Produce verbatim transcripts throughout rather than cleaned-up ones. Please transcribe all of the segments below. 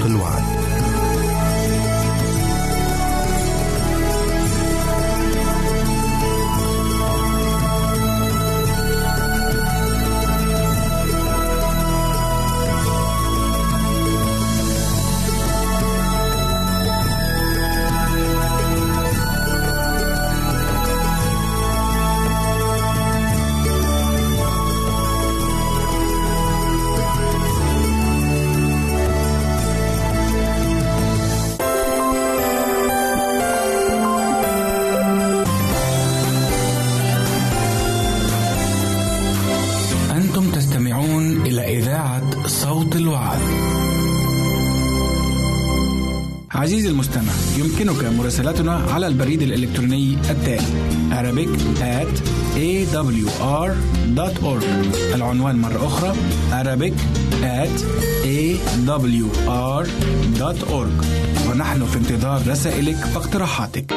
الوعد. عزيزي المستمع، يمكنك مراسلتنا على البريد الإلكتروني التالي arabic at a w r dot org. العنوان مرة أخرى arabic at a w r dot org، ونحن في انتظار رسائلك واقتراحاتك.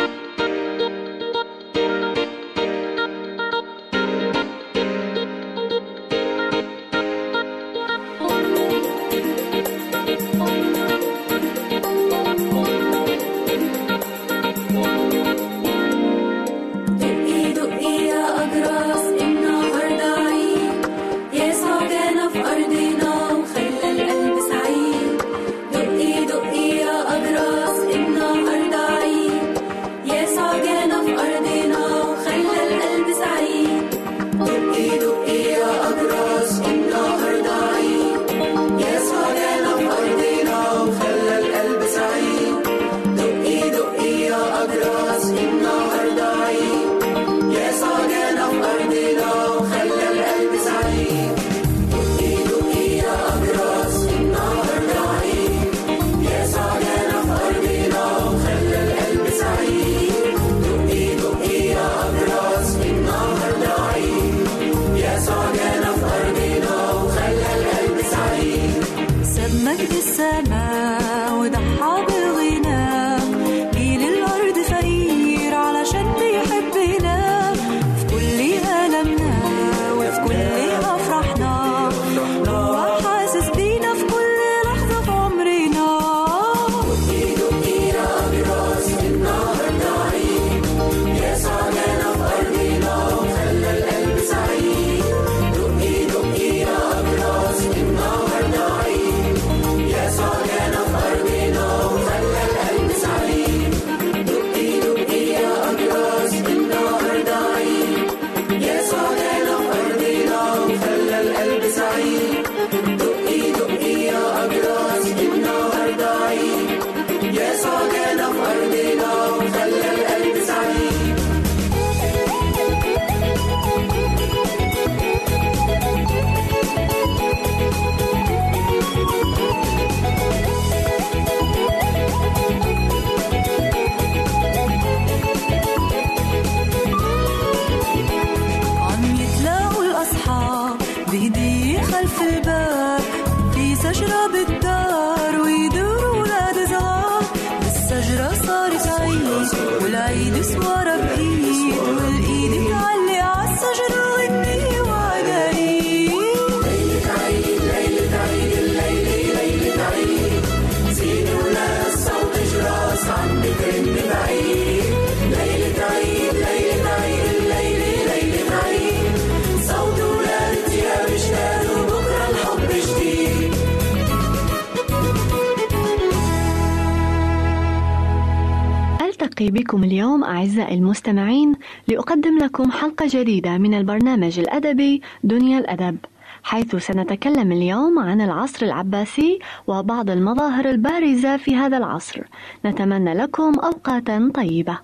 بكم اليوم أعزائي المستمعين لأقدم لكم حلقة جديدة من البرنامج الأدبي دنيا الأدب، حيث سنتكلم اليوم عن العصر العباسي وبعض المظاهر البارزة في هذا العصر. نتمنى لكم أوقاتا طيبة.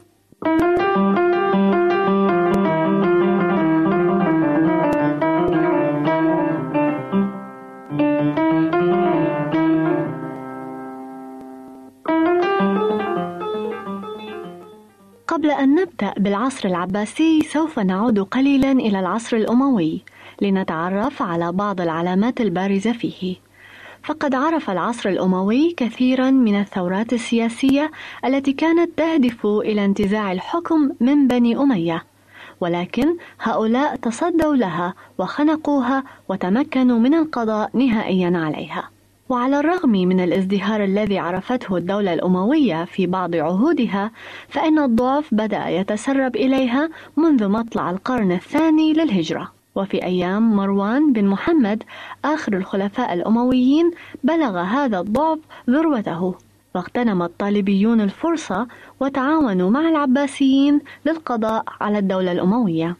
قبل أن نبدأ بالعصر العباسي سوف نعود قليلا إلى العصر الأموي لنتعرف على بعض العلامات البارزة فيه. فقد عرف العصر الأموي كثيرا من الثورات السياسية التي كانت تهدف إلى انتزاع الحكم من بني أمية، ولكن هؤلاء تصدوا لها وخنقوها وتمكنوا من القضاء نهائيا عليها. وعلى الرغم من الازدهار الذي عرفته الدولة الأموية في بعض عهودها، فإن الضعف بدأ يتسرب إليها منذ مطلع القرن الثاني للهجرة. وفي أيام مروان بن محمد آخر الخلفاء الأمويين بلغ هذا الضعف ذروته، واغتنم الطالبيون الفرصة وتعاونوا مع العباسيين للقضاء على الدولة الأموية.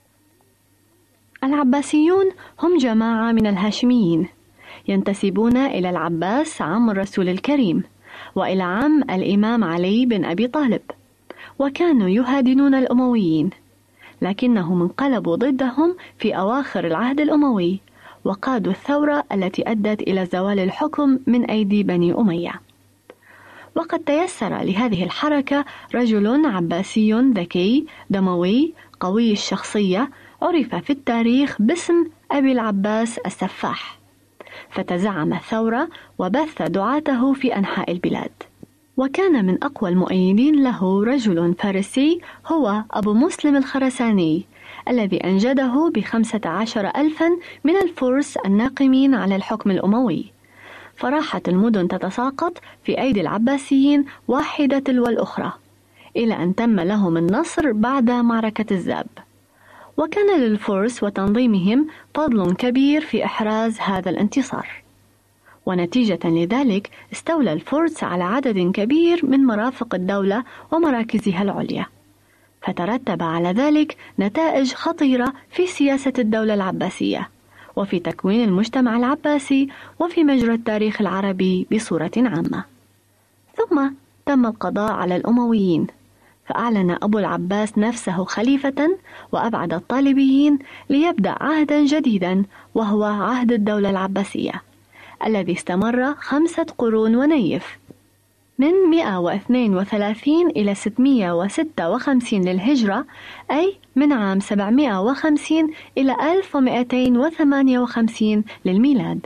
العباسيون هم جماعة من الهاشميين ينتسبون إلى العباس عم الرسول الكريم وإلى عم الإمام علي بن أبي طالب، وكانوا يهادنون الأمويين، لكنهم انقلبوا ضدهم في أواخر العهد الأموي وقادوا الثورة التي أدت إلى زوال الحكم من أيدي بني أمية. وقد تيسر لهذه الحركة رجل عباسي ذكي دموي قوي الشخصية عرف في التاريخ باسم أبي العباس السفاح، فتزعم الثورة وبث دعاته في أنحاء البلاد. وكان من أقوى المؤيدين له رجل فارسي هو أبو مسلم الخرساني، الذي أنجده بخمسة عشر ألفا من الفرس الناقمين على الحكم الأموي، فراحت المدن تتساقط في أيدي العباسيين واحدة تلو الأخرى إلى أن تم لهم النصر بعد معركة الزاب. وكان للفرس وتنظيمهم فضل كبير في إحراز هذا الانتصار، ونتيجة لذلك استولى الفرس على عدد كبير من مرافق الدولة ومراكزها العليا، فترتب على ذلك نتائج خطيرة في سياسة الدولة العباسية وفي تكوين المجتمع العباسي وفي مجرى التاريخ العربي بصورة عامة. ثم تم القضاء على الأمويين، فأعلن أبو العباس نفسه خليفة وأبعد الطالبيين ليبدأ عهدا جديدا، وهو عهد الدولة العباسية الذي استمر خمسة قرون ونيف من مئة واثنين وثلاثين إلى ستمئة وستة وخمسين للهجرة، أي من عام سبعمئة وخمسين إلى ألف ومئتين وثمانية وخمسين للميلاد.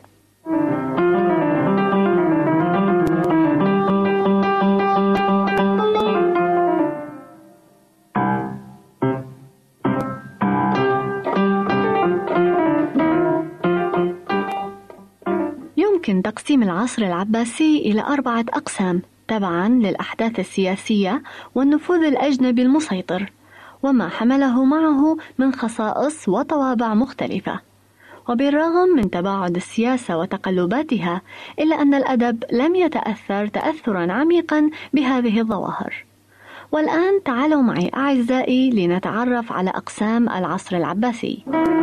يمكن تقسيم العصر العباسي إلى أربعة أقسام تبعاً للأحداث السياسية والنفوذ الأجنبي المسيطر وما حمله معه من خصائص وطوابع مختلفة. وبالرغم من تباعد السياسة وتقلباتها، إلا أن الأدب لم يتأثر تأثراً عميقاً بهذه الظواهر. والآن تعالوا معي أعزائي لنتعرف على أقسام العصر العباسي.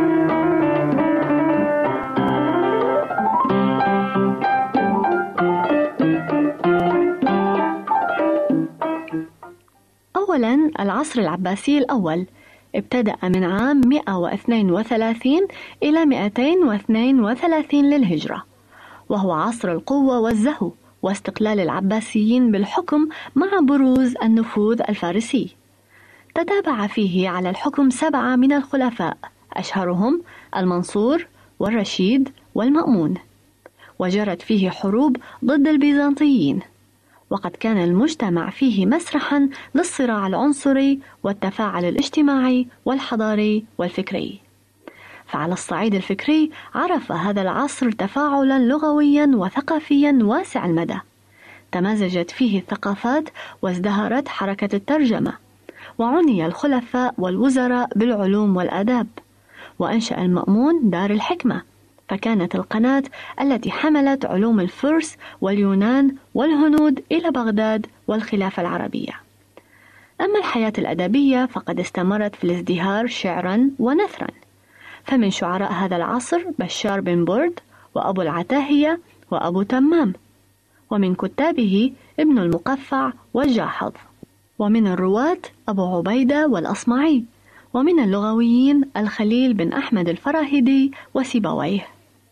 أولاً العصر العباسي الأول ابتدأ من عام مئة واثنين وثلاثين إلى مئتين واثنين وثلاثين للهجرة، وهو عصر القوة والزهو واستقلال العباسيين بالحكم مع بروز النفوذ الفارسي. تتابع فيه على الحكم سبعة من الخلفاء، أشهرهم المنصور والرشيد والمأمون، وجرت فيه حروب ضد البيزنطيين، وقد كان المجتمع فيه مسرحا للصراع العنصري والتفاعل الاجتماعي والحضاري والفكري. فعلى الصعيد الفكري عرف هذا العصر تفاعلا لغويا وثقافيا واسع المدى، تمازجت فيه الثقافات وازدهرت حركة الترجمة، وعني الخلفاء والوزراء بالعلوم والآداب، وأنشأ المأمون دار الحكمة، فكانت القناة التي حملت علوم الفرس واليونان والهنود إلى بغداد والخلافة العربية. أما الحياة الأدبية فقد استمرت في الازدهار شعرا ونثرا، فمن شعراء هذا العصر بشار بن برد وأبو العتاهية وأبو تمام، ومن كتابه ابن المقفع والجاحظ، ومن الرواة أبو عبيدة والأصمعي، ومن اللغويين الخليل بن أحمد الفراهيدي وسيبويه.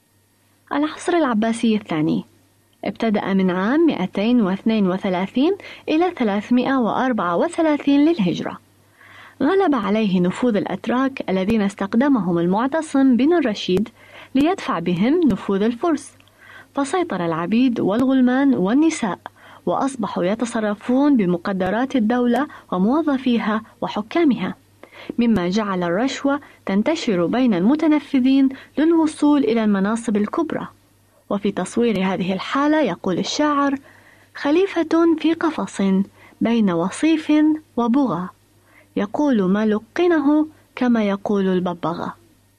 العصر العباسي الثاني ابتدأ من عام مئتين واثنين وثلاثين إلى ثلاثمئة وأربعة وثلاثين للهجرة. غلب عليه نفوذ الأتراك الذين استخدمهم المعتصم بن الرشيد ليدفع بهم نفوذ الفرس، فسيطر العبيد والغلمان والنساء، وأصبحوا يتصرفون بمقدرات الدولة وموظفيها وحكامها، مما جعل الرشوة تنتشر بين المتنفذين للوصول إلى المناصب الكبرى. وفي تصوير هذه الحالة يقول الشاعر: خليفة في قفص بين وصيف وبغى، يقول ما لقنه كما يقول الببغاء.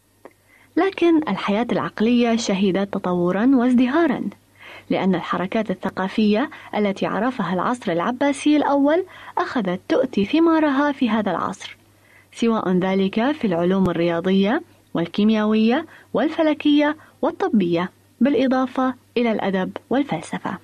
لكن الحياة العقلية شهدت تطورا وازدهارا، لأن الحركات الثقافية التي عرفها العصر العباسي الأول أخذت تؤتي ثمارها في هذا العصر، سواء ذلك في العلوم الرياضية والكيميائية والفلكية والطبية، بالإضافة إلى الأدب والفلسفة.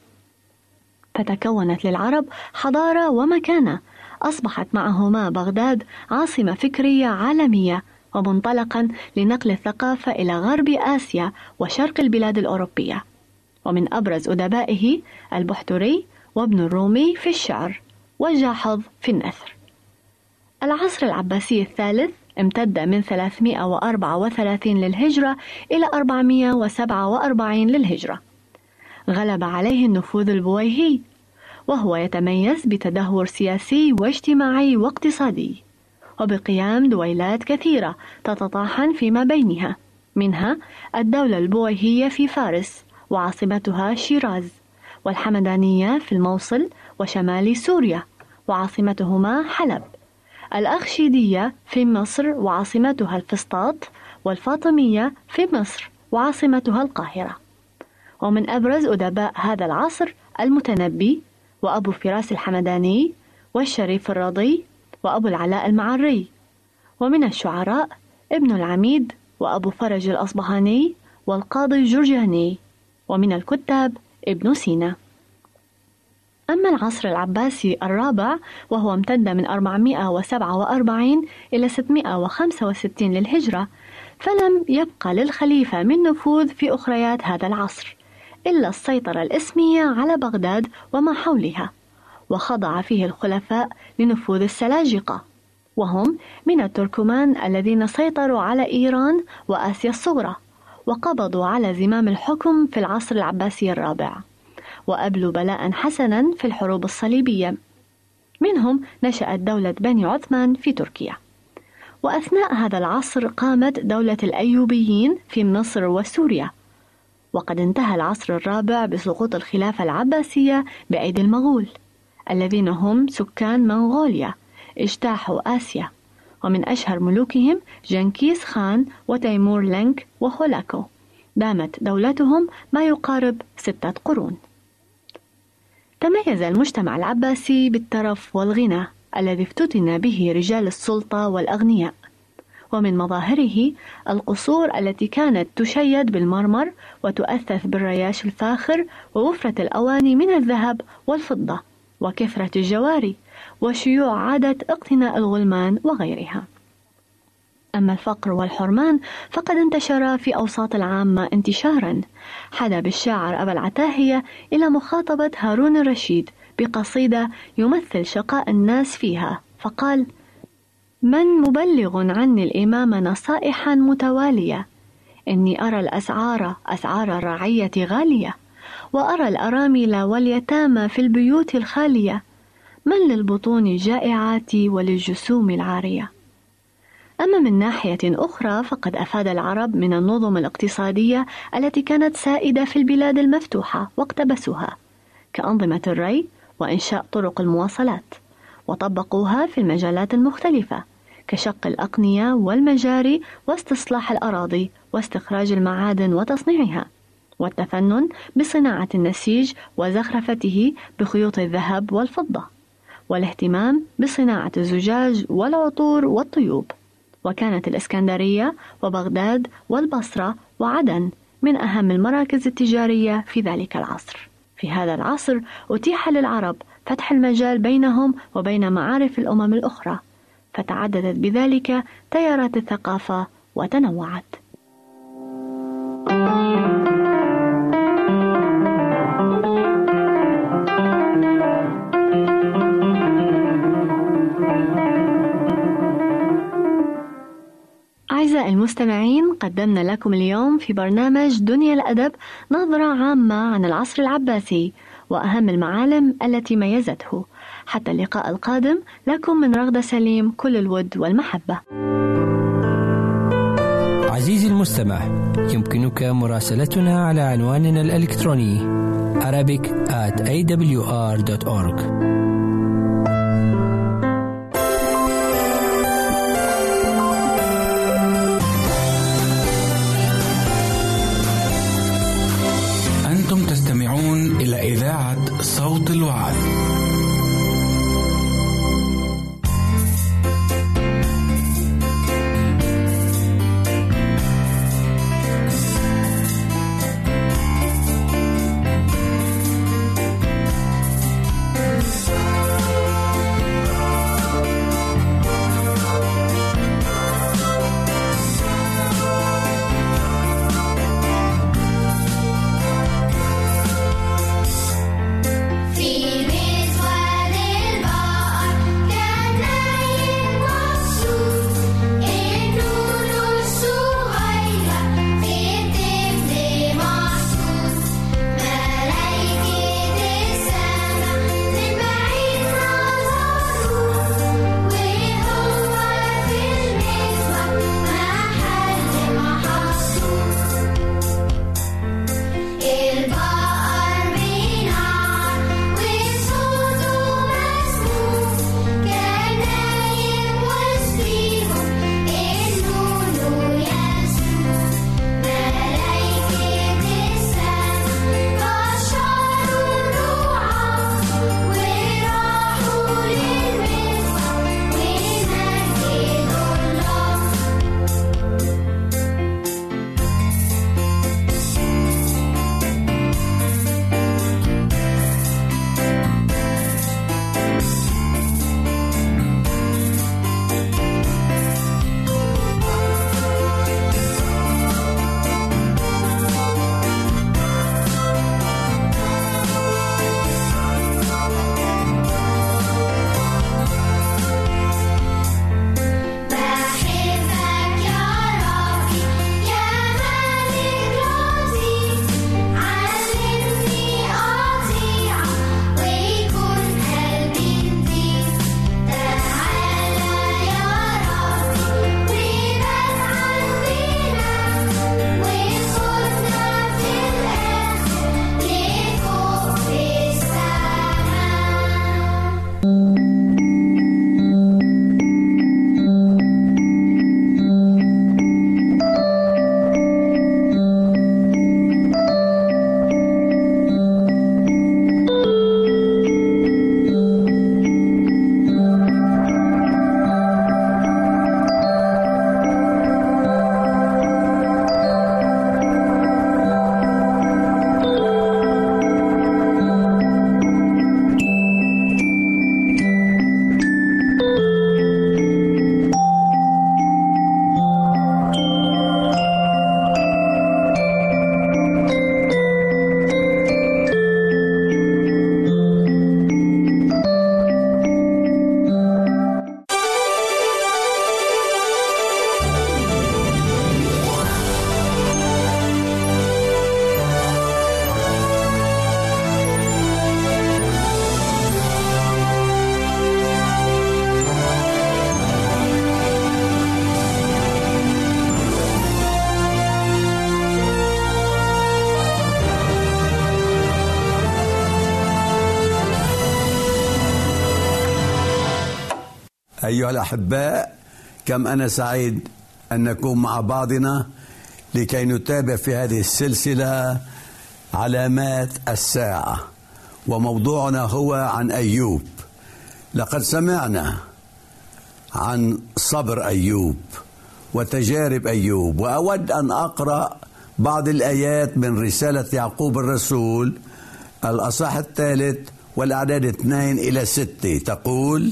فتكونت للعرب حضارة ومكانة، أصبحت معهما بغداد عاصمة فكرية عالمية ومنطلقا لنقل الثقافة إلى غرب آسيا وشرق البلاد الأوروبية. ومن أبرز أدبائه البحتري وابن الرومي في الشعر والجاحظ في النثر. العصر العباسي الثالث امتد من ثلاثمائة وأربعة وثلاثين للهجرة إلى أربعمائة وسبعة وأربعين للهجرة. غلب عليه النفوذ البويهي، وهو يتميز بتدهور سياسي واجتماعي واقتصادي، وبقيام دويلات كثيرة تتطاحن فيما بينها، منها الدولة البويهية في فارس وعاصمتها شيراز، والحمدانية في الموصل وشمال سوريا وعاصمتهما حلب، الأخشيدية في مصر وعاصمتها الفسطاط، والفاطمية في مصر وعاصمتها القاهرة. ومن أبرز أدباء هذا العصر المتنبي وأبو فراس الحمداني والشريف الرضي وأبو العلاء المعري. ومن الشعراء ابن العميد وأبو فرج الأصبهاني والقاضي الجرجاني. ومن الكتاب ابن سينا. أما العصر العباسي الرابع وهو امتد من أربعمائة وسبعة وأربعين إلى ستمائة وخمسة وستين للهجرة، فلم يبقى للخليفة من نفوذ في أخريات هذا العصر إلا السيطرة الإسمية على بغداد وما حولها، وخضع فيه الخلفاء لنفوذ السلاجقة، وهم من التركمان الذين سيطروا على إيران وآسيا الصغرى، وقبضوا على زمام الحكم في العصر العباسي الرابع، وأبلوا بلاء حسنا في الحروب الصليبية. منهم نشأت دولة بني عثمان في تركيا. وأثناء هذا العصر قامت دولة الأيوبيين في مصر وسوريا. وقد انتهى العصر الرابع بسقوط الخلافة العباسية بأيدي المغول، الذين هم سكان منغوليا اجتاحوا آسيا، ومن أشهر ملوكهم جنكيز خان وتيمور لنك وهولاكو. دامت دولتهم ما يقارب ستة قرون. تميز المجتمع العباسي بالترف والغنى الذي افتتن به رجال السلطة والأغنياء، ومن مظاهره القصور التي كانت تشيد بالمرمر وتؤثث بالرياش الفاخر ووفرة الأواني من الذهب والفضة وكثرة الجواري وشيوع عادة اقتناء الغلمان وغيرها. أما الفقر والحرمان فقد انتشر في أوساط العامة انتشارا حدا بالشاعر أبا العتاهية إلى مخاطبة هارون الرشيد بقصيدة يمثل شقاء الناس فيها، فقال: من مبلغ عني الإمام نصائحا متوالية، إني أرى الأسعار أسعار الرعية غالية، وأرى الأرامل واليتامى في البيوت الخالية، من للبطون الجائعات وللجسوم العارية. أما من ناحية أخرى فقد أفاد العرب من النظم الاقتصادية التي كانت سائدة في البلاد المفتوحة واقتبسوها، كأنظمة الري وإنشاء طرق المواصلات، وطبقوها في المجالات المختلفة كشق الأقنية والمجاري واستصلاح الأراضي واستخراج المعادن وتصنيعها، والتفنن بصناعة النسيج وزخرفته بخيوط الذهب والفضة، والاهتمام بصناعة الزجاج والعطور والطيوب. وكانت الإسكندرية وبغداد والبصرة وعدن من أهم المراكز التجارية في ذلك العصر. في هذا العصر أتيح للعرب فتح المجال بينهم وبين معارف الأمم الأخرى، فتعددت بذلك تيارات الثقافة وتنوعت. أعزائي المستمعين، قدمنا لكم اليوم في برنامج دنيا الأدب نظرة عامة عن العصر العباسي وأهم المعالم التي ميزته. حتى اللقاء القادم، لكم من رغدة سليم كل الود والمحبة. عزيزي عزيزي المستمع، يمكنك مراسلتنا على عنواننا الإلكتروني arabic at a w r dot org. أنتم تستمعون إلى إذاعة صوت الوعد. أيها الأحباء، كم أنا سعيد أن نكون مع بعضنا لكي نتابع في هذه السلسلة علامات الساعة، وموضوعنا هو عن أيوب. لقد سمعنا عن صبر أيوب وتجارب أيوب، وأود أن أقرأ بعض الآيات من رسالة يعقوب الرسول الأصحاح الثالث والأعداد اثنين إلى ستة. تقول: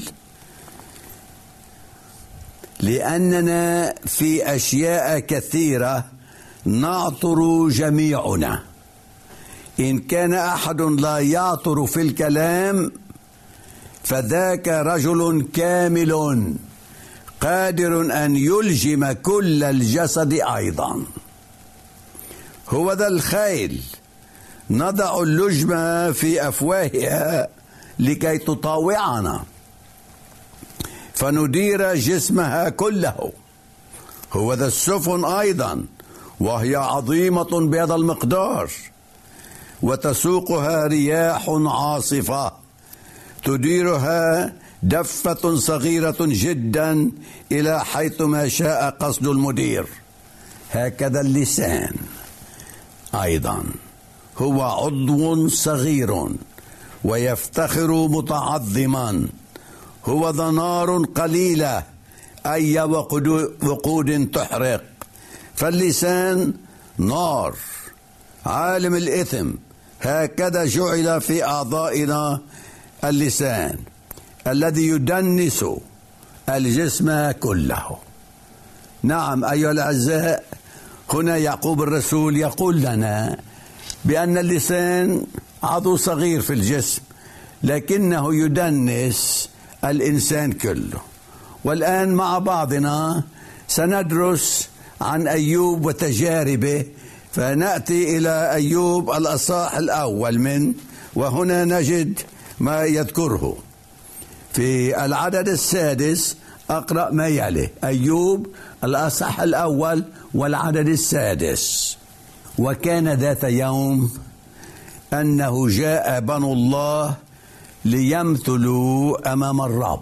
لأننا في أشياء كثيرة نعطر جميعنا، إن كان أحد لا يعطر في الكلام فذاك رجل كامل قادر أن يلجم كل الجسد أيضا. هو ذا الخيل نضع اللجمة في أفواهها لكي تطاوعنا فندير جسمها كله، هو ذا السفن أيضا وهي عظيمة بهذا المقدار، وتسوقها رياح عاصفة تديرها دفة صغيرة جدا إلى حيث ما شاء قصد المدير. هكذا اللسان أيضا هو عضو صغير ويفتخر متعظما، هو ذا نار قليلة أي وقود تحرق. فاللسان نار عالم الإثم، هكذا جعل في أعضائنا اللسان الذي يدنس الجسم كله. نعم أيها الأعزاء، هنا يعقوب الرسول يقول لنا بأن اللسان عضو صغير في الجسم لكنه يدنس الإنسان كله. والآن مع بعضنا سندرس عن أيوب وتجاربه، فنأتي إلى أيوب الأصحاح الأول من، وهنا نجد ما يذكره في العدد السادس. أقرأ ما يلي: أيوب الأصحاح الأول والعدد السادس. وكان ذات يوم أنه جاء بنو الله ليمثلوا أمام الرب،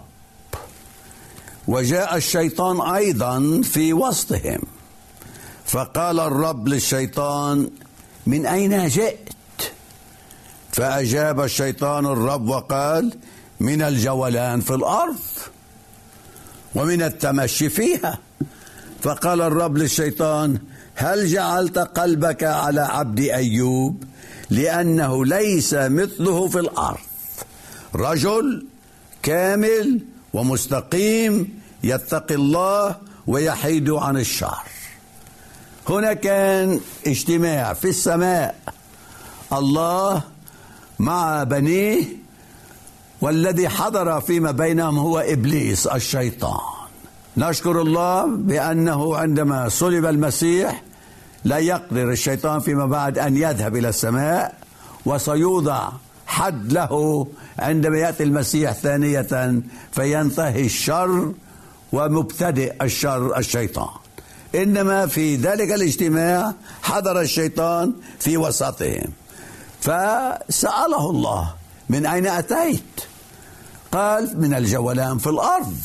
وجاء الشيطان أيضا في وسطهم، فقال الرب للشيطان: من أين جئت؟ فأجاب الشيطان الرب وقال: من الجولان في الأرض ومن التمشي فيها. فقال الرب للشيطان: هل جعلت قلبك على عبد أيوب؟ لأنه ليس مثله في الأرض، رجل كامل ومستقيم يتقي الله ويحيد عن الشر. هنا كان اجتماع في السماء، الله مع بنيه، والذي حضر فيما بينهم هو إبليس الشيطان. نشكر الله بأنه عندما صلب المسيح لا يقدر الشيطان فيما بعد أن يذهب إلى السماء، وسيوضع حد له عندما يأتي المسيح ثانية فينتهي الشر ومبتدئ الشر الشيطان. إنما في ذلك الاجتماع حضر الشيطان في وسطهم، فسأله الله: من أين أتيت؟ قال: من الجولان في الأرض.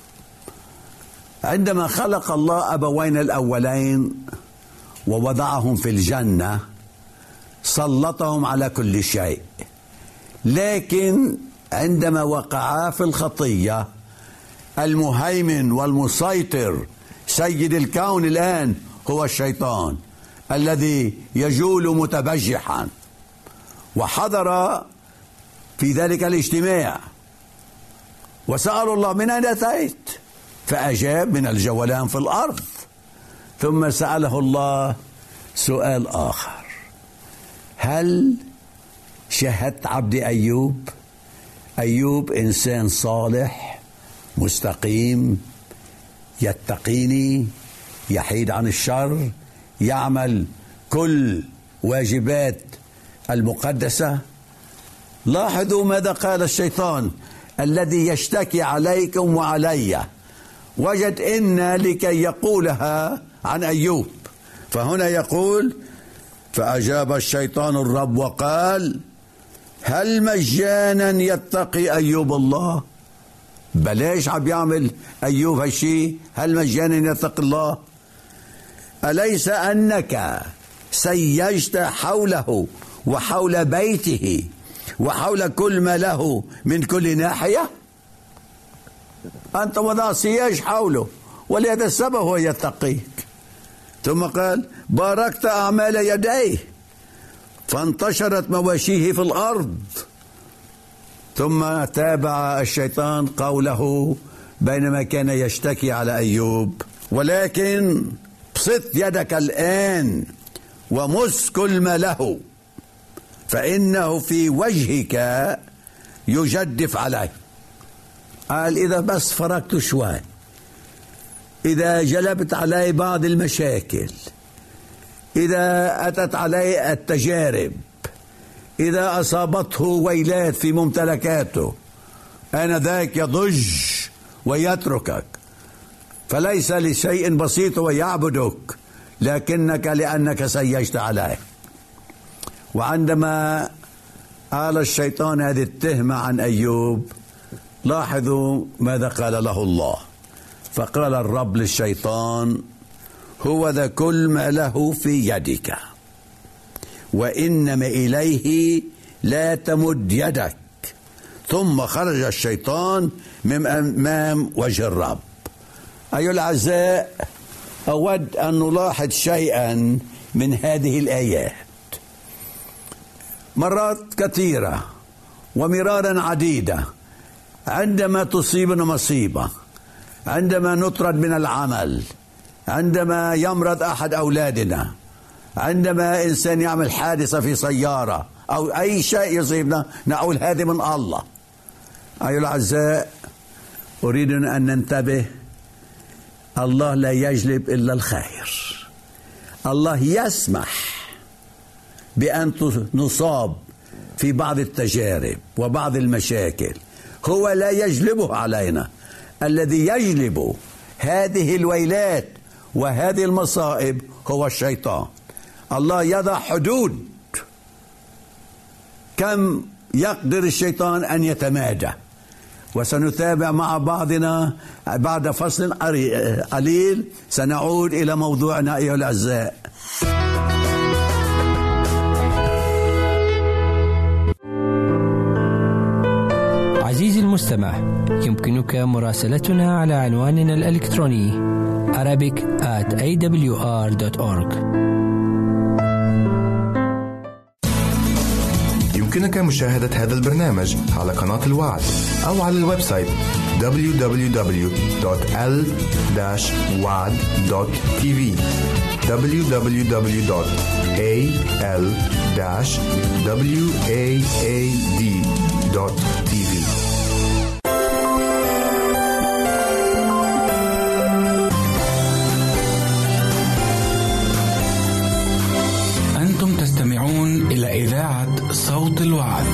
عندما خلق الله أبوين الأولين ووضعهم في الجنة سلطهم على كل شيء، لكن عندما وقعا في الخطية المهيمن والمسيطر سيد الكون الآن هو الشيطان الذي يجول متبجحا. وحضر في ذلك الاجتماع وسأل الله: من أين أتيت؟ فأجاب: من الجولان في الأرض. ثم سأله الله سؤال آخر: هل شاهدت عبد أيوب؟ أيوب إنسان صالح مستقيم يتقيني يحيد عن الشر يعمل كل واجبات المقدسة. لاحظوا ماذا قال الشيطان الذي يشتكي عليكم وعلي، وجد إن لكي يقولها عن أيوب. فهنا يقول: فأجاب الشيطان الرب وقال: هل مجانا يتقي أيوب الله؟ بلاش عم يعمل أيوب هالشي، هل مجانا يتقي الله؟ أليس أنك سيجت حوله وحول بيته وحول كل ما له من كل ناحية؟ أنت وضع سياج حوله، ولهذا السبب هو يتقيك. ثم قال: باركت أعمال يديه فانتشرت مواشيه في الأرض. ثم تابع الشيطان قوله بينما كان يشتكي على أيوب: ولكن بسط يدك الآن ومس كل ما له، فإنه في وجهك يجدف عليه. قال: إذا بس فرقت شوي، إذا جلبت علي بعض المشاكل، إذا أتت علي التجارب، إذا أصابته ويلات في ممتلكاته، آنذاك يضج ويتركك. فليس لشيء بسيط ويعبدك، لكنك لأنك سيجت عليه. وعندما آل الشيطان هذه التهمة عن أيوب، لاحظوا ماذا قال له الله. فقال الرب للشيطان: هو ذا كل ما له في يدك، وإنما إليه لا تمد يدك. ثم خرج الشيطان من أمام وجه الرب. أيها الأعزاء، أود أن نلاحظ شيئا من هذه الآيات. مرات كثيرة ومرارا عديدة عندما تصيبنا مصيبة، عندما نطرد من العمل، عندما يمرض أحد أولادنا، عندما إنسان يعمل حادثة في سيارة أو أي شيء يصيبنا، نقول هذه من الله. أيها الأعزاء، أريد أن ننتبه، الله لا يجلب إلا الخير. الله يسمح بأن نصاب في بعض التجارب وبعض المشاكل، هو لا يجلبه علينا. الذي يجلب هذه الويلات وهذه المصائب هو الشيطان. الله يضع حدود كم يقدر الشيطان أن يتمادى. وسنتابع مع بعضنا بعد فصل قليل، سنعود إلى موضوعنا أيها الأعزاء. عزيزي المستمع، يمكنك مراسلتنا على عنواننا الإلكتروني arabic at a w r dot org. يمكنك مشاهدة هذا البرنامج على قناة الوعد أو على الويب سايت دبليو دبليو دبليو دوت ال وعد دوت تي في دبليو دبليو دبليو دوت a l waad دوت تي في. أنتم تستمعون إلى إذاعة صوت الوعد.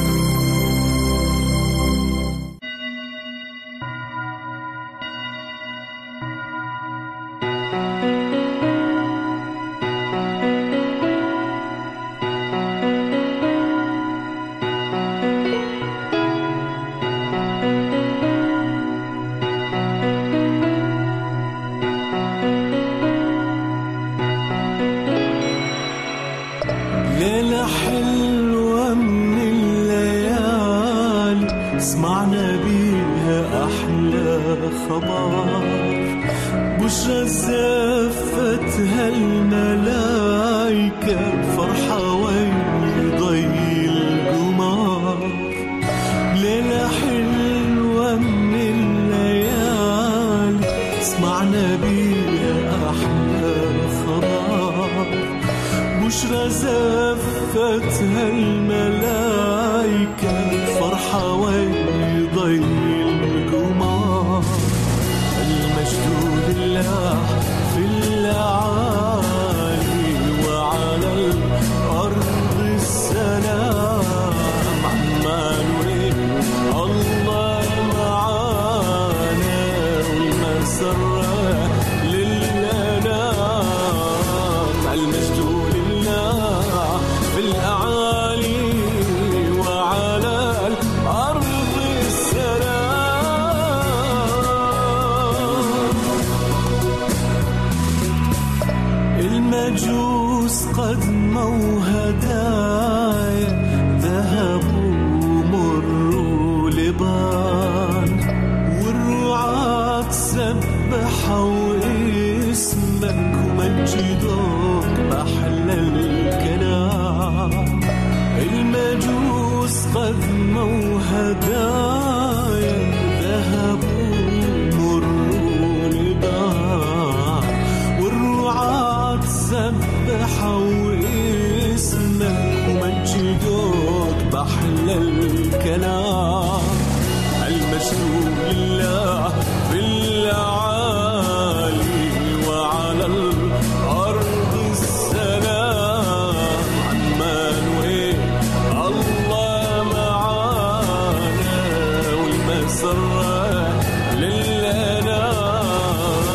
ليلة حلوة من الليالي سمعنا بيها أحلى خبر، بشرى زفتها الملايكة فرحة وين ضي القمر. ليلة حلوة من الليالي سمعنا بيها أحلى خبر، بشرى زفتها الملايكة فرحة وين ضي القمر. المجد لله في الأعالي وعلى الأرض السلام، عمان ونين الله معانا والمسرة للأنام. المجد في الأعالي وعلى الأرض السلام. المجوس قدموا هدايا ذهب ومر ولبان، والرعاة سبحوا اسمك ومجدوك أحلى الكلام. المجوس قدموا هدايا ذهب ومر ولبان، والرعاة سبحوا اسمك ومجدوك بأحلى الكلام. المجد لله في الأعالي وعلى الأرض السلام، عمان وين الله معانا والمسرة للأنام.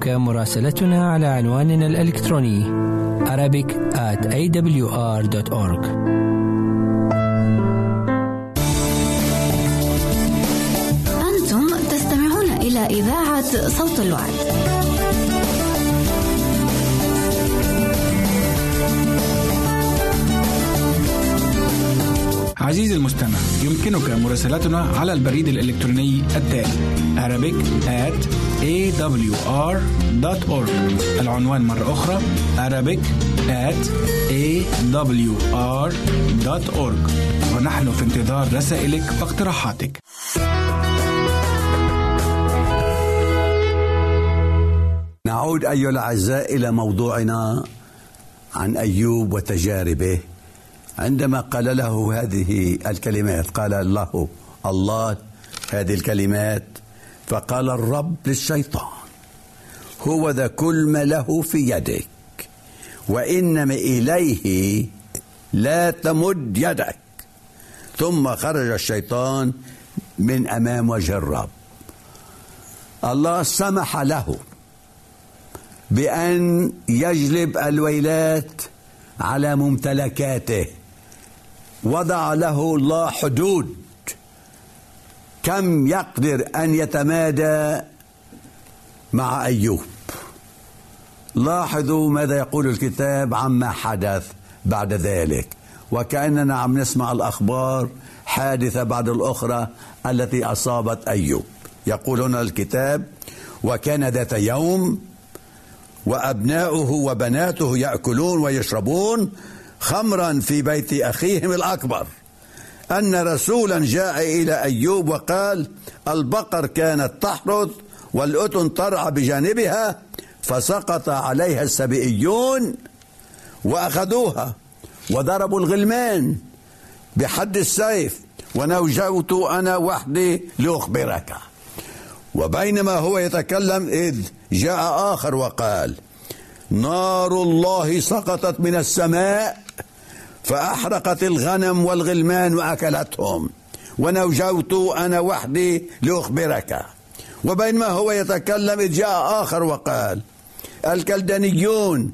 يمكنك مراسلتنا على عنواننا الإلكتروني arabic at a w r dot org. أنتم تستمعون إلى إذاعة صوت الوعد. عزيزي المستمع، يمكنك مراسلتنا على البريد الإلكتروني التالي arabic at a w r dot org. العنوان مرة أخرى arabic at a w r dot org، ونحن في انتظار رسائلك واقتراحاتك. نعود أيها الأعزاء إلى موضوعنا عن أيوب وتجاربه. عندما قال له هذه الكلمات، قال الله الله هذه الكلمات، فقال الرب للشيطان: هو ذا كل ما له في يدك، وإنما إليه لا تمد يدك. ثم خرج الشيطان من أمام وجه الرب. الله سمح له بأن يجلب الويلات على ممتلكاته. وضع له الله حدود كم يقدر أن يتمادى مع أيوب. لاحظوا ماذا يقول الكتاب عما حدث بعد ذلك، وكأننا عم نسمع الأخبار حادثة بعد الأخرى التي أصابت أيوب. يقول هنا الكتاب: وكان ذات يوم وأبناؤه وبناته يأكلون ويشربون خمرا في بيت أخيهم الأكبر، أن رسولا جاء إلى أيوب وقال: البقر كانت تحرث والأتن ترعى بجانبها، فسقط عليها السبئيون وأخذوها وضربوا الغلمان بحد السيف، ونوجوت أنا وحدي لأخبرك. وبينما هو يتكلم إذ جاء آخر وقال: نار الله سقطت من السماء فأحرقت الغنم والغلمان وأكلتهم، ونوجوت أنا وحدي لأخبرك. وبينما هو يتكلم إذ جاء آخر وقال: الكلدانيون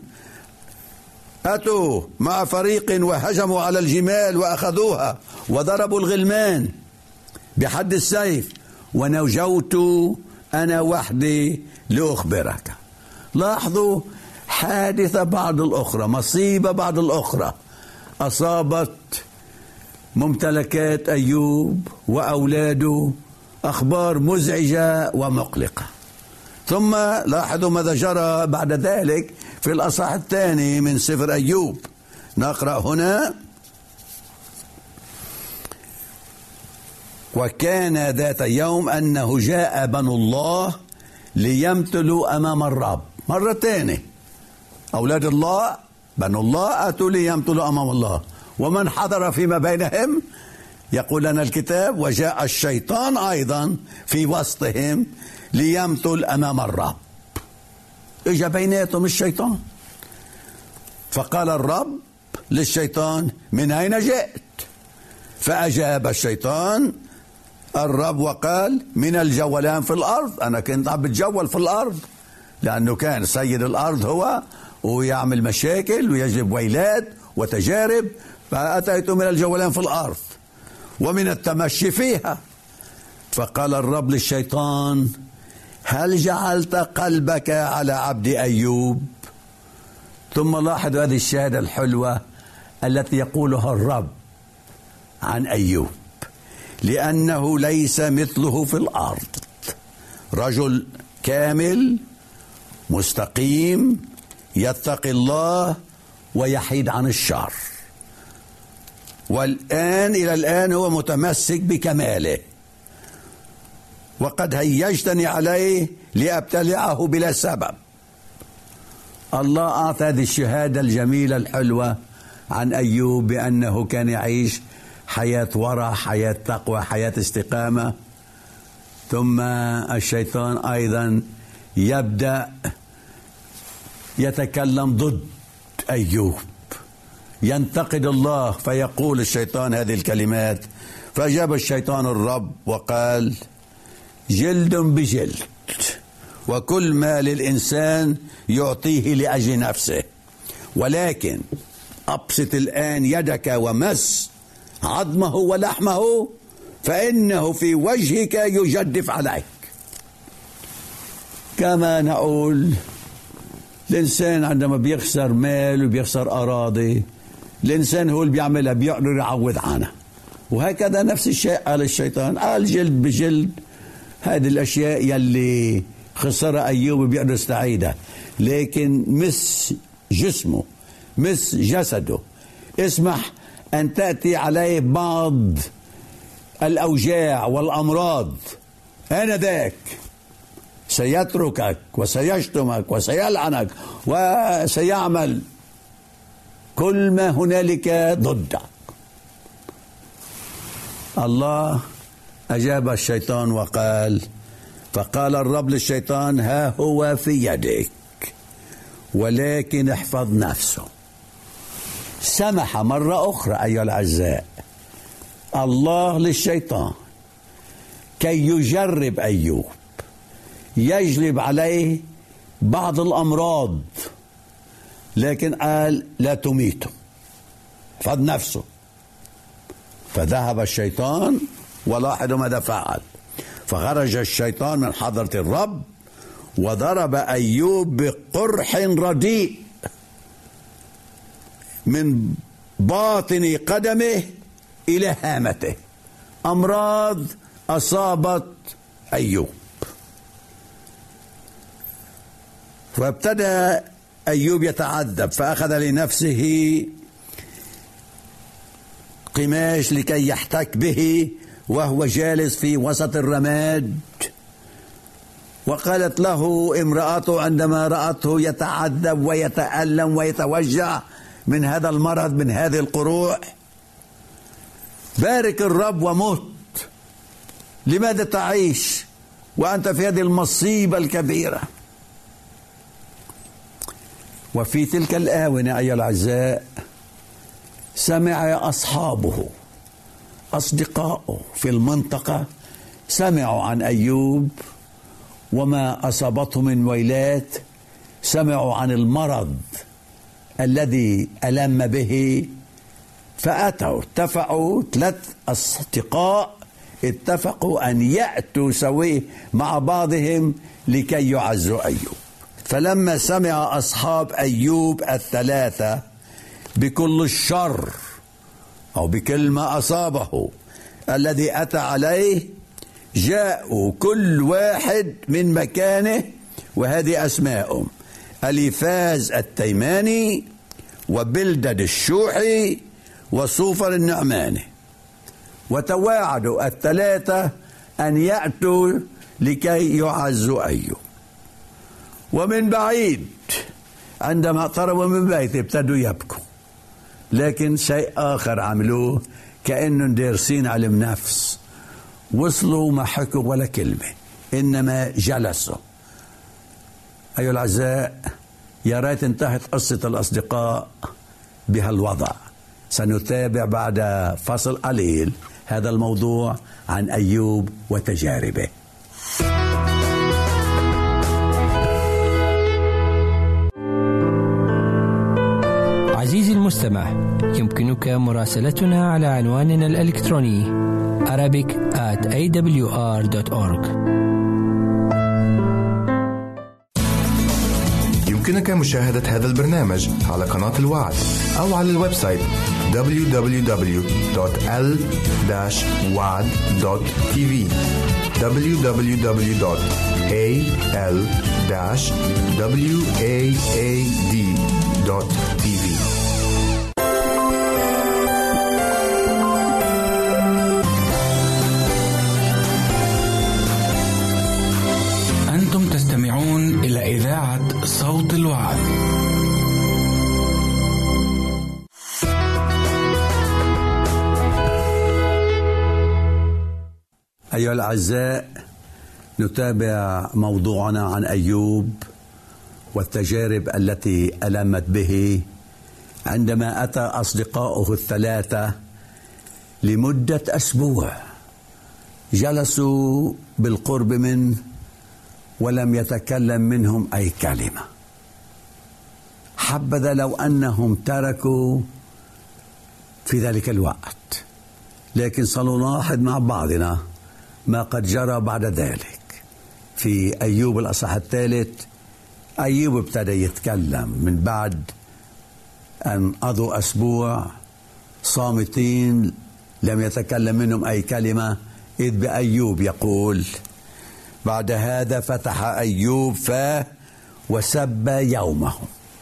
أتوا مع فريق وهجموا على الجمال وأخذوها وضربوا الغلمان بحد السيف، ونوجوت أنا وحدي لأخبرك. لاحظوا حادثة بعد الأخرى، مصيبة بعد الأخرى أصابت ممتلكات أيوب وأولاده، أخبار مزعجة ومقلقة. ثم لاحظوا ماذا جرى بعد ذلك في الأصحاح الثاني من سفر أيوب. نقرأ هنا: وكان ذات يوم أنه جاء بنو الله ليمثلوا أمام الرب. مرة ثانية أولاد الله بنو الله أتوا ليمثلوا أمام الله، ومن حضر فيما بينهم؟ يقول لنا الكتاب: وجاء الشيطان أيضا في وسطهم ليمثل أمام الرب. إجا بيناتهم الشيطان، فقال الرب للشيطان: من أين جئت؟ فأجاب الشيطان الرب وقال: من الجولان في الأرض. أنا كنت عم بتجول في الأرض، لأنه كان سيد الأرض هو، ويعمل مشاكل ويجلب ويلات وتجارب، فأتيت من الجولان في الأرض ومن التمشي فيها. فقال الرب للشيطان: هل جعلت قلبك على عبد أيوب؟ ثم لاحظ هذه الشهادة الحلوة التي يقولها الرب عن أيوب: لأنه ليس مثله في الأرض، رجل كامل مستقيم يتقي الله ويحيد عن الشر، والآن إلى الآن هو متمسك بكماله، وقد هيجتني عليه لأبتلعه بلا سبب. الله أعطى هذه الشهادة الجميلة الحلوة عن أيوب بأنه كان يعيش حياة ورع، حياة تقوى، حياة استقامة. ثم الشيطان أيضا يبدأ يتكلم ضد أيوب، ينتقد الله، فيقول الشيطان هذه الكلمات: فأجاب الشيطان الرب وقال: جلد بجلد وكل ما للإنسان يعطيه لأجل نفسه، ولكن أبسط الآن يدك ومس عظمه ولحمه فإنه في وجهك يجدف عليك. كما نقول الإنسان عندما بيخسر مال وبيخسر أراضي، الإنسان هو اللي بيعملها بيقدر يعوض عنها، وهكذا نفس الشيء قال الشيطان، قال جلد بجلد هذه الأشياء يلي خسرها أيوب بيقدر يستعيدها، لكن مس جسمه مس جسده، اسمح أن تأتي عليه بعض الأوجاع والأمراض، آنذاك سيتركك وسيشتمك وسيلعنك وسيعمل كل ما هنالك ضدك. الله أجاب الشيطان وقال: فقال الرب للشيطان: ها هو في يدك، ولكن احفظ نفسه. سمح مرة أخرى أيها الأعزاء الله للشيطان كي يجرب أيوب، يجلب عليه بعض الأمراض، لكن قال: لا تميته، احفظ نفسه. فذهب الشيطان، ولاحظوا ماذا فعل. فخرج الشيطان من حضرة الرب وضرب أيوب بقرح رديء من باطن قدمه إلى هامته. أمراض أصابت أيوب، فابتدى أيوب يتعذب، فأخذ لنفسه قماش لكي يحتك به وهو جالس في وسط الرماد. وقالت له امرأته عندما رأته يتعذب ويتألم ويتوجع من هذا المرض، من هذه القروح: بارك الرب ومت، لماذا تعيش وأنت في هذه المصيبة الكبيرة؟ وفي تلك الآونة أيها الأعزاء سمع أصحابه أصدقائه في المنطقة، سمعوا عن أيوب وما أصابته من ويلات، سمعوا عن المرض الذي ألم به، فأتوا اتفقوا ثلاث أصدقاء اتفقوا أن يأتوا سويه مع بعضهم لكي يعزوا أيوب. فلما سمع أصحاب أيوب الثلاثة بكل الشر أو بكل ما أصابه الذي أتى عليه، جاءوا كل واحد من مكانه، وهذه أسماءهم: أليفاز التيماني وبلدد الشوحي وصوفر النعماني، وتواعدوا الثلاثة أن يأتوا لكي يعزوا أيوب. ومن بعيد عندما اقتربوا من بيته ابتدوا يبكوا، لكن شيء آخر عملوه، كأنهم دارسين علم نفس، وصلوا ما حكوا ولا كلمة، إنما جلسوا. أيها الأعزاء يا ريت انتهت قصة الأصدقاء بهالوضع. سنتابع بعد فصل قليل هذا الموضوع عن أيوب وتجاربه. عزيزي المستمع، يمكنك مراسلتنا على عنواننا الإلكتروني arabic at a w r dot org. يمكنك مشاهدة هذا البرنامج على قناة الوعد أو على الويب سايت دبليو دبليو دبليو دوت ال داش واد دوت تي في دبليو دبليو دبليو دوت a l dash waad دوت تي في. أنتم تستمعون إلى إذاعة صوت الوعد. أيها الأعزاء، نتابع موضوعنا عن أيوب والتجارب التي ألمت به عندما أتى أصدقاؤه الثلاثة لمدة أسبوع، جلسوا بالقرب منه ولم يتكلم منهم أي كلمة. حبذا لو أنهم تركوا في ذلك الوقت، لكن سنلاحظ مع بعضنا ما قد جرى بعد ذلك. في أيوب الأصحاح الثالث أيوب ابتدى يتكلم من بعد أن قضوا أسبوع صامتين لم يتكلم منهم أي كلمة، إذ بأيوب يقول: بعد هذا فتح أيوب فاه وسب يومه.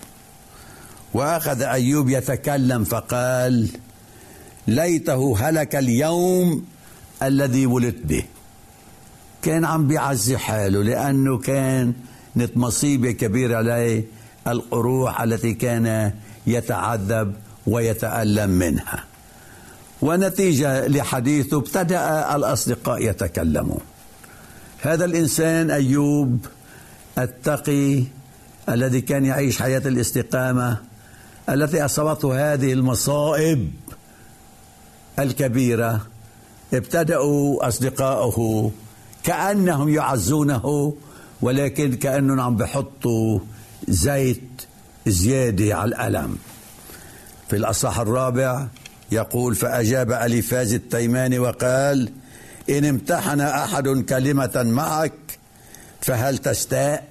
وأخذ أيوب يتكلم فقال: ليته هلك اليوم الذي ولدت به. كان عم بيعزي حاله لأنه كانت مصيبة كبيرة عليه، القروح التي كان يتعذب ويتألم منها. ونتيجة لحديثه ابتدأ الأصدقاء يتكلمون. هذا الإنسان أيوب التقي الذي كان يعيش حياة الاستقامة التي أصابته هذه المصائب الكبيرة، ابتدأوا أصدقائه كأنهم يعزونه، ولكن كأنهم عم بحطوا زيت زيادة على الألم. في الأصحاح الرابع يقول: فأجاب أليفاز التيماني وقال: إن امتحن أحد كلمة معك فهل تستاء؟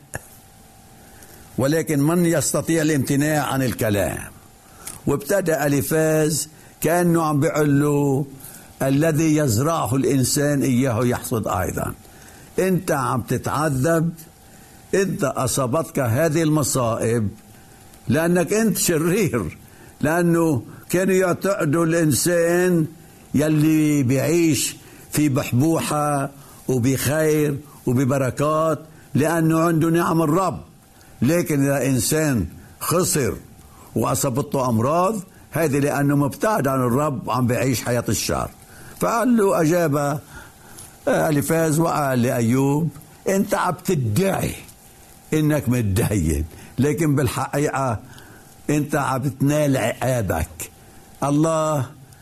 ولكن من يستطيع الامتناع عن الكلام؟ وابتدأ أليفاز كأنه عم بيقول له: الذي يزرعه الإنسان إياه يحصد أيضا. أنت عم تتعذب، أنت أصابتك هذه المصائب لأنك أنت شرير، لأنه كانوا يعتقدوا الإنسان يلي بيعيش في بحبوحة وبخير وببركات لأنه عنده نعم الرب، لكن إذا إنسان خسر وأصابته أمراض هذه لأنه مبتعد عن الرب عم بيعيش حياة الشر. فقال له، أجاب أليفاز وقال لأيوب: أنت عم تدعي إنك متدين، لكن بالحقيقة أنت عم تنال عقابك. الله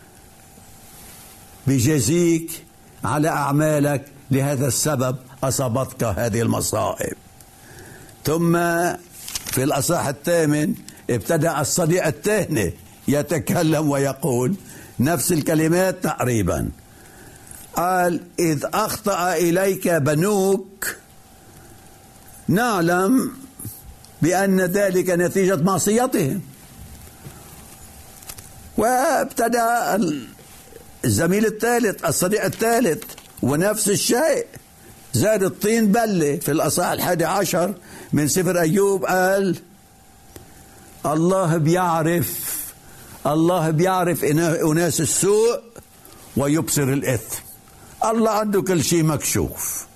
بيجازيك على أعمالك، لهذا السبب أصابتك هذه المصائب. ثم في الأصحاح الثامن ابتدأ الصديق الثاني يتكلم ويقول نفس الكلمات تقريبا. قال: إذ أخطأ إليك بنوك نعلم بأن ذلك نتيجة معصيتهم. وابتدأ الزميل الثالث الصديق الثالث ونفس الشيء، زاد الطين بلة. في الأصحاح الحادي عشر من سفر أيوب قال: الله بيعرف الله بيعرف أناس السوء ويبصر الإثم. الله عنده كل شيء مكشوف.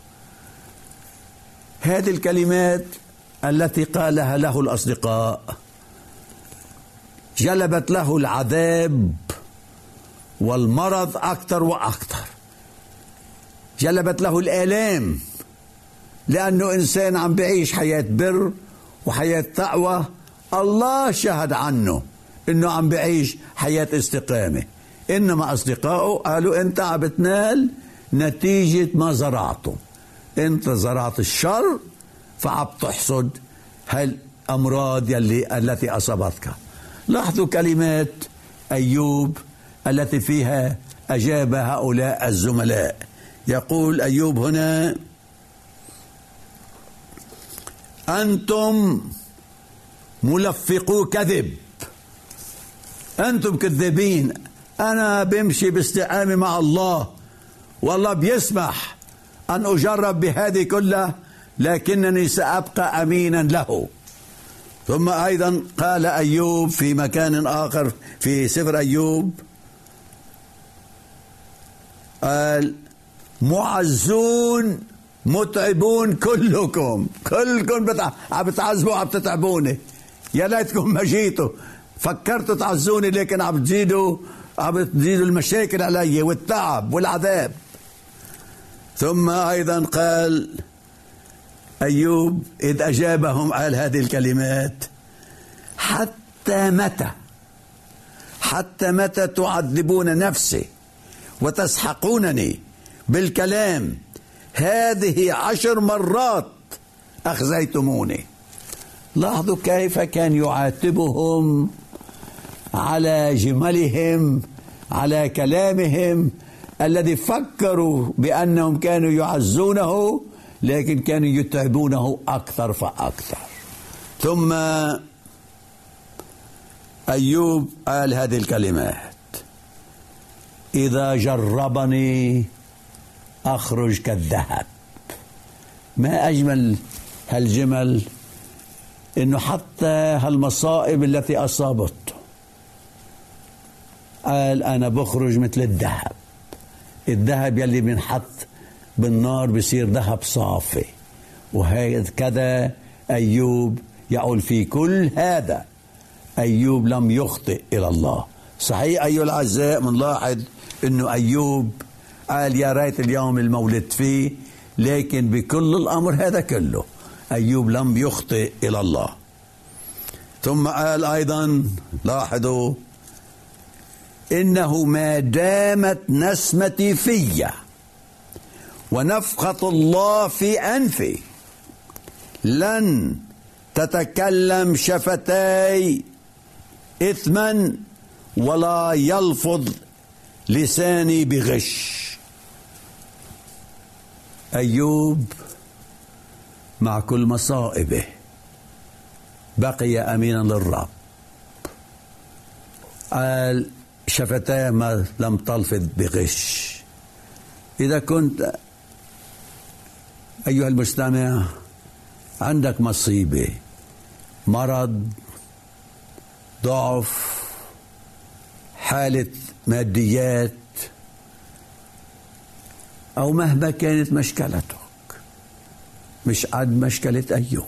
هذه الكلمات التي قالها له الأصدقاء جلبت له العذاب والمرض أكثر وأكثر، جلبت له الآلام، لأنه إنسان عم بيعيش حياة بر وحياة تقوى. الله شهد عنه إنه عم بيعيش حياة استقامة، إنما أصدقائه قالوا: أنت عم بتنال نتيجة ما زرعته، أنت زرعت الشر فعم تحصد هالأمراض يلي التي أصابتك. لاحظوا كلمات أيوب التي فيها أجاب هؤلاء الزملاء. يقول أيوب هنا: أنتم ملفقو كذب، أنتم كذابين. أنا بمشي باستقامة مع الله، والله بيسمح أن أجرب بهذه كلها، لكنني سأبقى أمينا له. ثم أيضا قال أيوب في مكان آخر في سفر أيوب، قال: معزون متعبون كلكم، كلكم بتع... عم بتعذبوا عم بتتعبوني، يا ليتكم ما جيتوا، فكرتوا تعزوني لكن عم تزيدوا عم تزيدوا المشاكل علي والتعب والعذاب. ثم أيضا قال أيوب إذ أجابهم قال هذه الكلمات: حتى متى حتى متى تعذبون نفسي وتسحقونني بالكلام؟ هذه عشر مرات أخزيتموني. لاحظوا كيف كان يعاتبهم على جملهم، على كلامهم الذي فكروا بأنهم كانوا يعزونه، لكن كانوا يتعبونه أكثر فأكثر. ثم أيوب قال هذه الكلمات: إذا جربني أخرج كالذهب. ما أجمل هالجمل، إنه حتى هالمصائب التي أصابته قال أنا بخرج مثل الذهب. الذهب يلي بنحط بالنار بصير ذهب صافي. وهكذا أيوب يقول في كل هذا أيوب لم يخطئ إلى الله. صحيح أيها الأعزاء، منلاحظ أنه أيوب قال يا ريت اليوم المولد فيه، لكن بكل الأمر هذا كله أيوب لم يخطئ إلى الله. ثم قال أيضا، لاحظوا: إنه ما دامت نسمتي في ونفخة الله في أنفي لن تتكلم شفتاي إثما ولا يلفظ لساني بغش. أيوب مع كل مصائبه بقي أمينا للرب. قال شفتاه ما لم تلفظ بغش. إذا كنت أيها المستمع عندك مصيبة، مرض، ضعف، حالة ماديات، أو مهما كانت مشكلتك، مش قد مشكلة أيوب.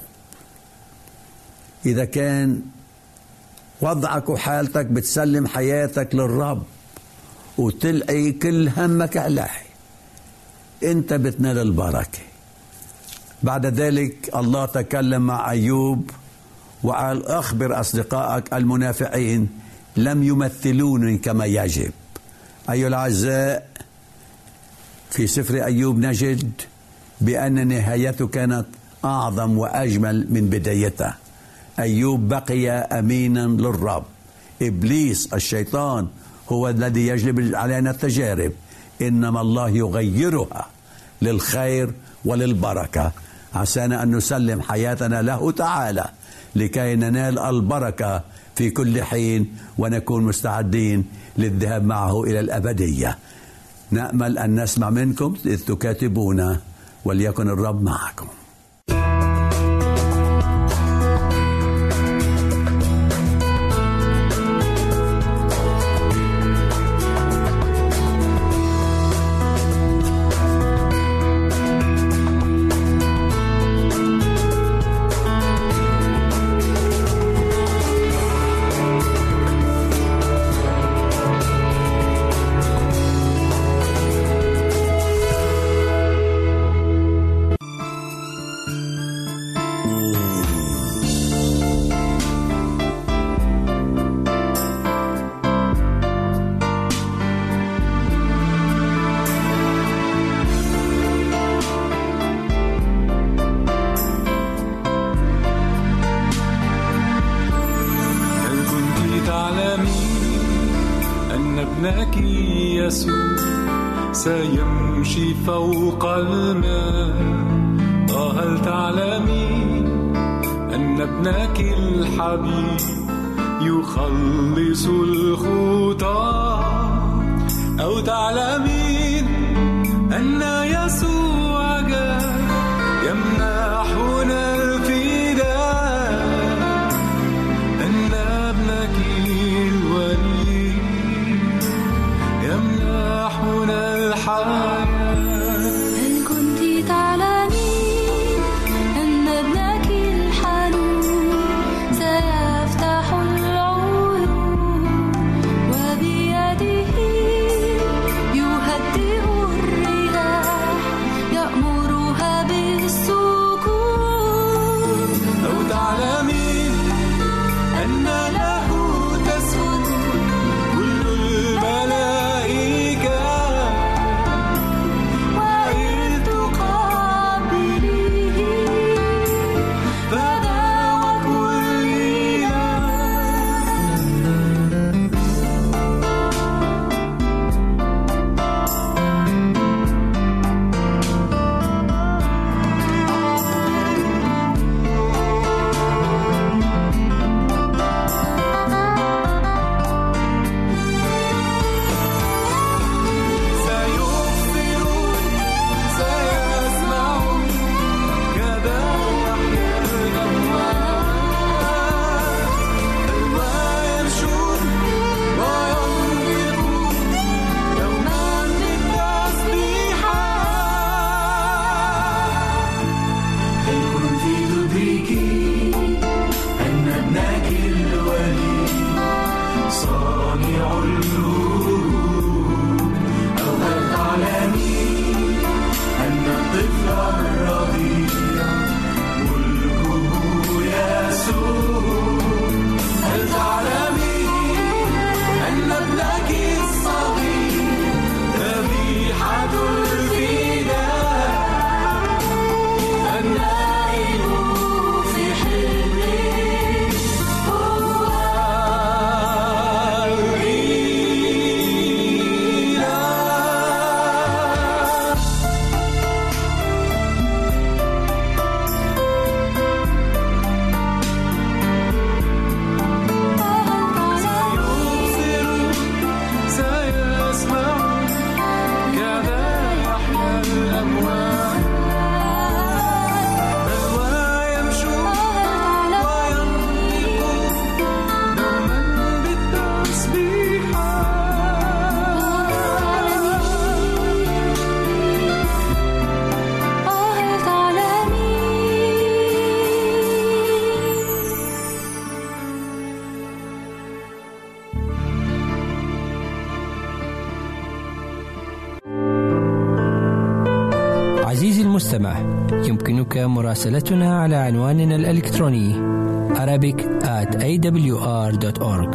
إذا كان وضعك وحالتك بتسلم حياتك للرب وتلقي كل همك عليه، أنت بتنال البركة. بعد ذلك الله تكلم مع أيوب وقال: أخبر أصدقائك المنافعين لم يمثلوني كما يجب. أيها الأعزاء، في سفر أيوب نجد بأن نهايته كانت أعظم وأجمل من بدايته. أيوب بقي أمينا للرب. إبليس الشيطان هو الذي يجلب علينا التجارب، إنما الله يغيرها للخير وللبركة، عسانا أن نسلم حياتنا له تعالى لكي ننال البركة في كل حين ونكون مستعدين للذهاب معه إلى الأبدية. نأمل أن نسمع منكم إذ تكاتبونا، وليكن الرب معكم. سيمشي فوق الماء. وهل تعلمين أن ابنك الحبيب يخلص الخطى؟ أو تعلمين أن يسوع جاء يمنحنا الفداء؟ أن ابنك الولي يمنحنا الحياة. هل كنت تعلمين أن ابنك الحنون سيفتح العيون وبيده يهدئ الرياح صانع القلوب. أو هل تعلمين أن الطفل الرضيع ملكه يسوع؟ هل تعلمين أن ابنك الصغير ذبيحة الفداء؟ النائم في حلمه هو الإله. سيبصر سيسمع كذا يحيا الأموات، بل ويمشون وينطقون دوما بالتسبيحات. هل تعلمين عزيزي المستمع، يمكنك مراسلتنا على عنواننا الإلكتروني arabic at a w r dot org.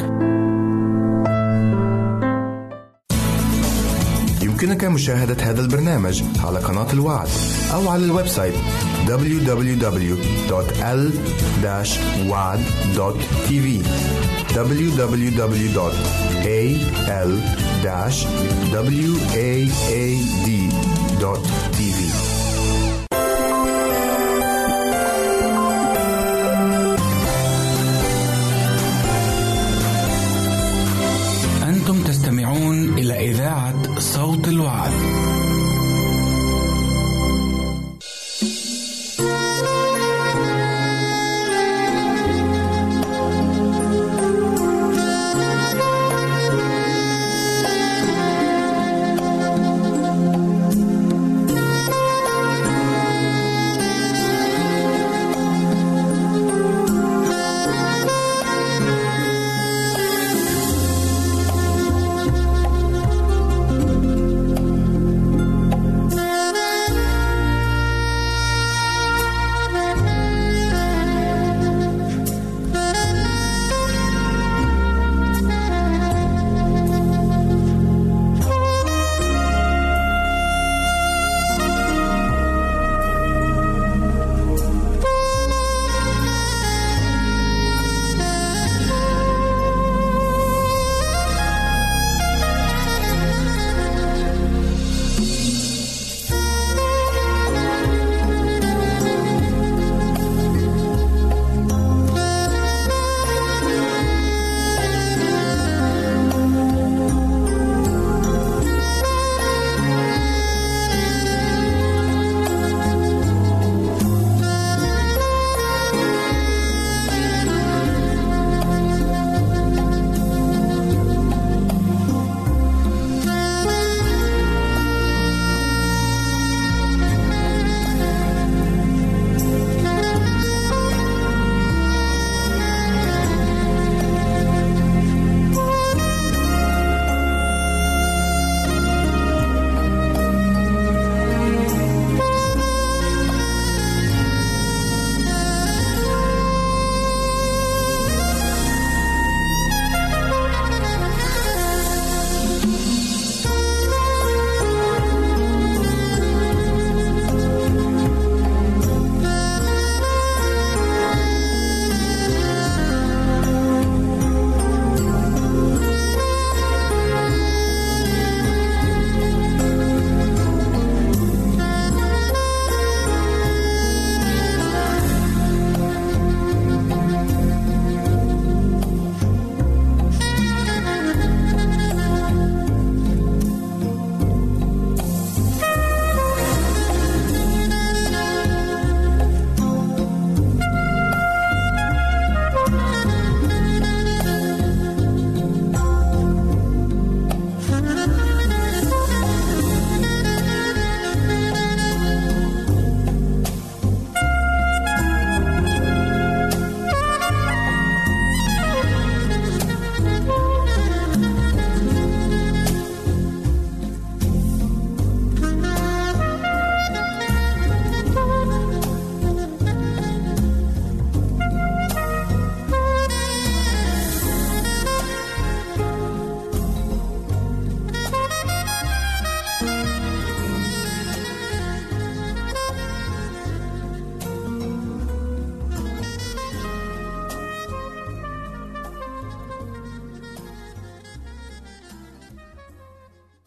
يمكنك مشاهدة هذا البرنامج على قناة الوعد أو على الويب سايت دبليو دبليو دبليو دوت إل واد دوت تي في دبليو دبليو دبليو دوت إيه إل واد دوت تي في. أنتم تستمعون إلى إذاعة صوت الوعد.